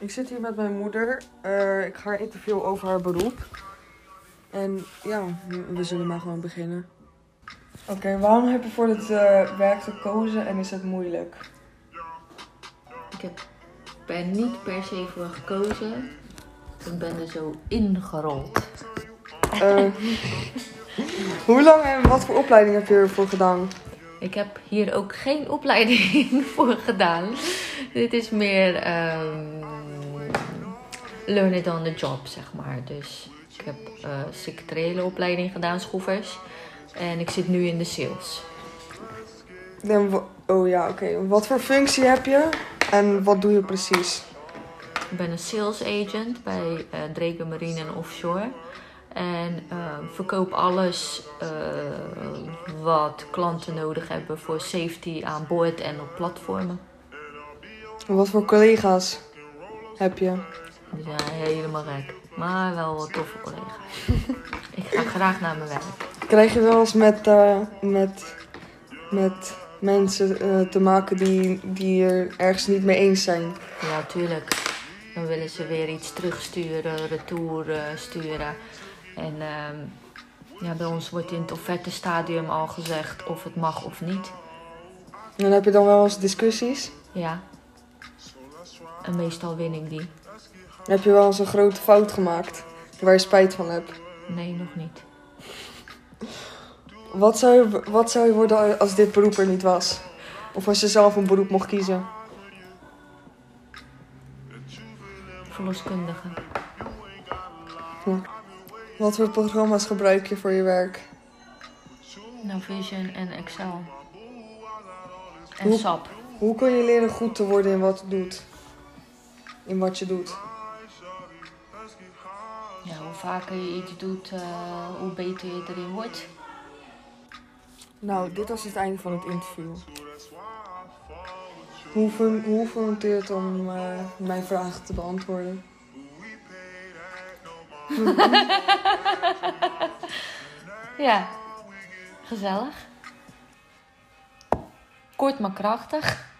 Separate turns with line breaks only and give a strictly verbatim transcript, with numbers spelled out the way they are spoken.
Ik zit hier met mijn moeder. Uh, ik ga haar interviewen over haar beroep. En ja, we zullen maar gewoon beginnen. Oké, okay, waarom heb je voor dit uh, werk gekozen en is het moeilijk?
Ik heb er niet per se voor gekozen. Ik ben er zo ingerold.
Uh, hoe lang en wat voor opleiding heb je ervoor gedaan?
Ik heb hier ook geen opleiding voor gedaan. Dit is meer um, learn it on the job, zeg maar. Dus ik heb uh, secretariële opleiding gedaan, schroevers. En ik zit nu in de sales.
Dan, oh ja, oké. Okay. Wat voor functie heb je en wat doe je precies?
Ik ben een sales agent bij uh, Dreker Marine en Offshore. En uh, verkoop alles uh, wat klanten nodig hebben voor safety aan boord en op platformen.
Wat voor collega's heb je?
Die zijn helemaal gek, maar wel wat toffe collega's. Ik ga graag naar mijn werk.
Krijg je wel eens met, uh, met, met mensen uh, te maken die, die er ergens niet mee eens zijn?
Ja, tuurlijk. Dan willen ze weer iets terugsturen, retour uh, sturen. En uh, ja, bij ons wordt in het offertestadium al gezegd of het mag of niet.
En heb je dan wel eens discussies?
Ja. En meestal win ik die.
Heb je wel eens een grote fout gemaakt waar je spijt van hebt?
Nee, nog niet.
Wat zou je, wat zou je worden als dit beroep er niet was? Of als je zelf een beroep mocht kiezen?
Verloskundige.
Ja. Wat voor programma's gebruik je voor je werk?
Navision en Excel. En
hoe,
S A P.
Hoe kun je leren goed te worden in wat je doet? In wat je doet?
Ja, hoe vaker je iets doet, uh, hoe beter je erin wordt.
Nou, dit was het einde van het interview. Hoe, hoe vond je het om uh, mijn vragen te beantwoorden?
Ja, gezellig. Kort maar krachtig.